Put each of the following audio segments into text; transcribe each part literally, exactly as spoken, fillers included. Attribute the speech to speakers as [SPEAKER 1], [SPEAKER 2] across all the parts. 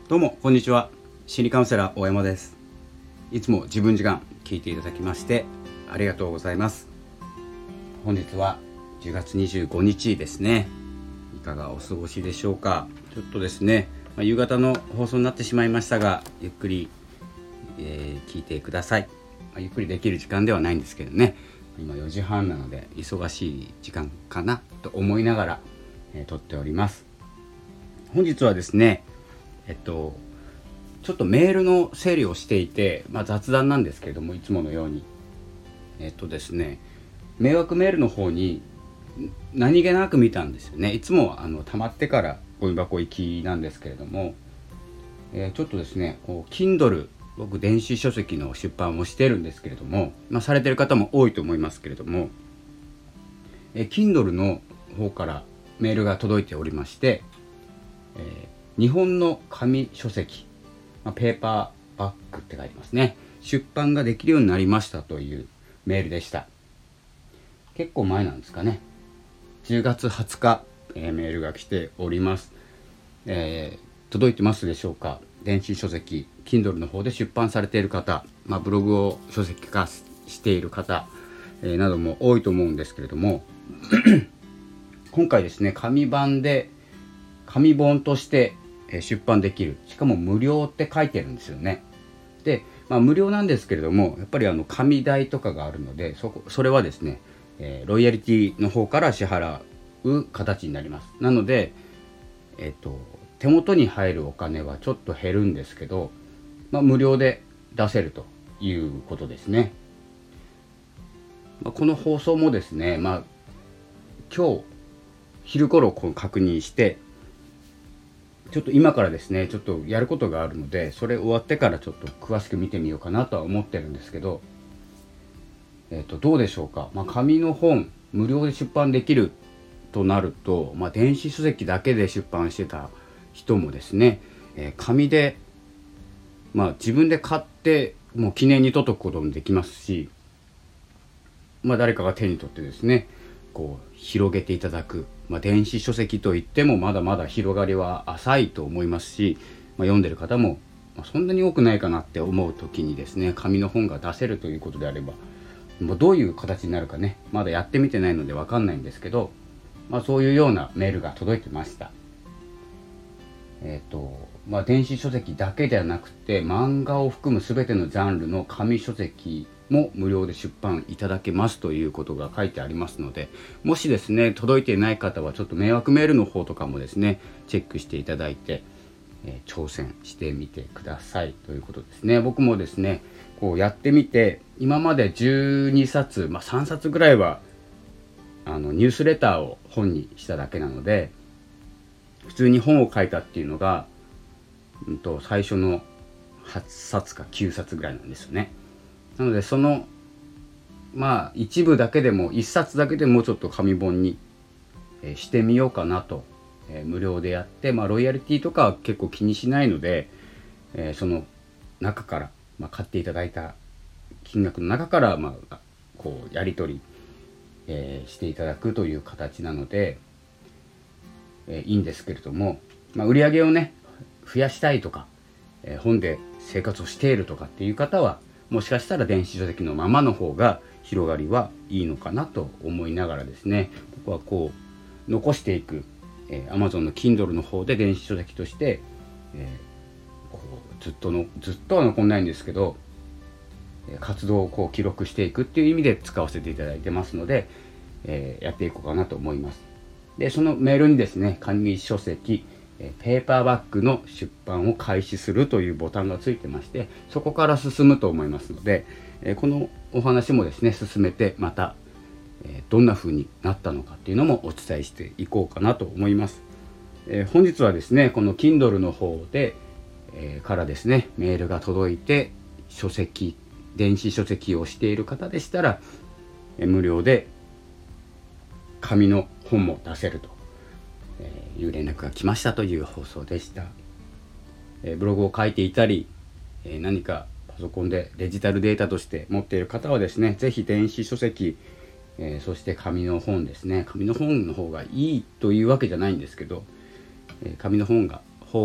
[SPEAKER 1] どうもこんにちは。心理カウンセラー大山です。いつも自分時間聞いていただきましてありがとうございます。本日はじゅうがつにじゅうごにちですね。いかがお過ごしでしょうか。ちょっとですね、まあ、夕方の放送になってしまいましたが、ゆっくり、えー、聞いてください。まあ、ゆっくりできる時間ではないんですけどね、今よじはんなので忙しい時間かなと思いながら、えー、撮っております。本日はですねえっとちょっとメールの整理をしていて、まあ、雑談なんですけれども、いつものようにえっとですね迷惑メールの方に何気なく見たんですよね。いつもあの溜まってからゴミ箱行きなんですけれども、えー、ちょっとですねこう Kindle、 僕電子書籍の出版をしてるんですけれども、まあ、されてる方も多いと思いますけれども、えー、Kindle の方からメールが届いておりまして、えー日本の紙書籍、まあ、ペーパーバッグって書いてますね。出版ができるようになりましたというメールでした。結構前なんですかね。じゅうがつはつか、えー、メールが来ております。えー、届いてますでしょうか。電子書籍 Kindle の方で出版されている方、まあ、ブログを書籍化している方、えー、なども多いと思うんですけれども今回ですね紙版で紙本として出版できる、しかも無料って書いてるんですよね。で、まあ、無料なんですけれども、やっぱりあの紙代とかがあるので、そこそれはですね、えー、ロイヤリティの方から支払う形になります。なので、えっと手元に入るお金はちょっと減るんですけど、まあ、無料で出せるということですね。まあ、この放送もですね、まあ、今日昼頃こう確認して、ちょっと今からですねちょっとやることがあるので、それ終わってからちょっと詳しく見てみようかなとは思ってるんですけど、えっとどうでしょうか。まあ、紙の本無料で出版できるとなると、まあ、電子書籍だけで出版してた人もですね、えー、紙で、まあ、自分で買ってもう記念に取っとくこともできますし、まあ、誰かが手に取ってですねこう広げていただく、まあ、電子書籍といってもまだまだ広がりは浅いと思いますし、まあ、読んでる方もそんなに多くないかなって思う時にですね紙の本が出せるということであれば、もうどういう形になるかねまだやってみてないので分かんないんですけど、まあ、そういうようなメールが届いてました。えっとまあ、電子書籍だけではなくて漫画を含む全てのジャンルの紙書籍も無料で出版いただけますということが書いてありますので、もしですね届いていない方はちょっと迷惑メールの方とかもですねチェックしていただいて、えー、挑戦してみてくださいということですね。僕もですねこうやってみて、今までじゅうにさつ、まあ、さんさつぐらいはあのニュースレターを本にしただけなので、普通に本を書いたっていうのが、うんと最初のはっさつかきゅうさつぐらいなんですよね。なのでそのまあ一部だけでもいっさつだけでもちょっと紙本に、えー、してみようかなと、えー、無料でやって、まあロイヤリティとかは結構気にしないので、えー、その中から、まあ、買っていただいた金額の中からまあこうやり取り、えー、していただくという形なので、えー、いいんですけれども、まあ、売り上げをね増やしたいとか、えー、本で生活をしているとかっていう方はもしかしたら電子書籍のままの方が広がりはいいのかなと思いながらですね、僕はこう残していく、えー、Amazon の Kindle の方で電子書籍として、えー、こうずっとのずっとは残んないんですけど、活動をこう記録していくっていう意味で使わせていただいてますので、えー、やっていこうかなと思います。でそのメールにですね紙書籍ペーパーバッグの出版を開始するというボタンがついてまして、そこから進むと思いますので、このお話もですね進めて、またどんな風になったのかっていうのもお伝えしていこうかなと思います。本日はですねこの Kindle の方でからですねメールが届いて、書籍電子書籍をしている方でしたら無料で紙の本も出せるという連絡が来ましたという放送でした。ブログを書いていたり、何かパソコンでデジタルデータとして持っている方はですね、ぜひ電子書籍、そして紙の本ですね、紙の本の方がいいというわけじゃないんですけど、紙の本が方が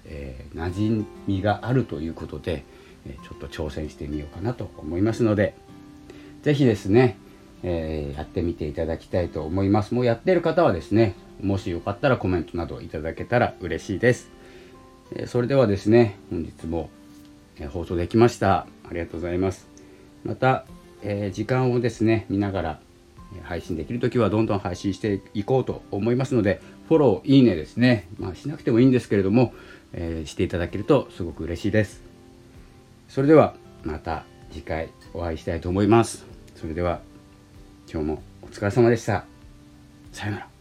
[SPEAKER 1] えー、馴染みがあるということで、えー、ちょっと挑戦してみようかなと思いますので、ぜひですね、えー、やってみていただきたいと思います。もうやってる方はですね、もしよかったらコメントなどいただけたら嬉しいです。えー、それではですね、本日も、えー、放送できました。ありがとうございます。また、えー、時間をですね見ながら配信できるときはどんどん配信していこうと思いますので、フォロー、いいねですね、まあ、しなくてもいいんですけれども、えー、していただけるとすごく嬉しいです。それではまた次回お会いしたいと思います。それでは今日もお疲れ様でした。さようなら。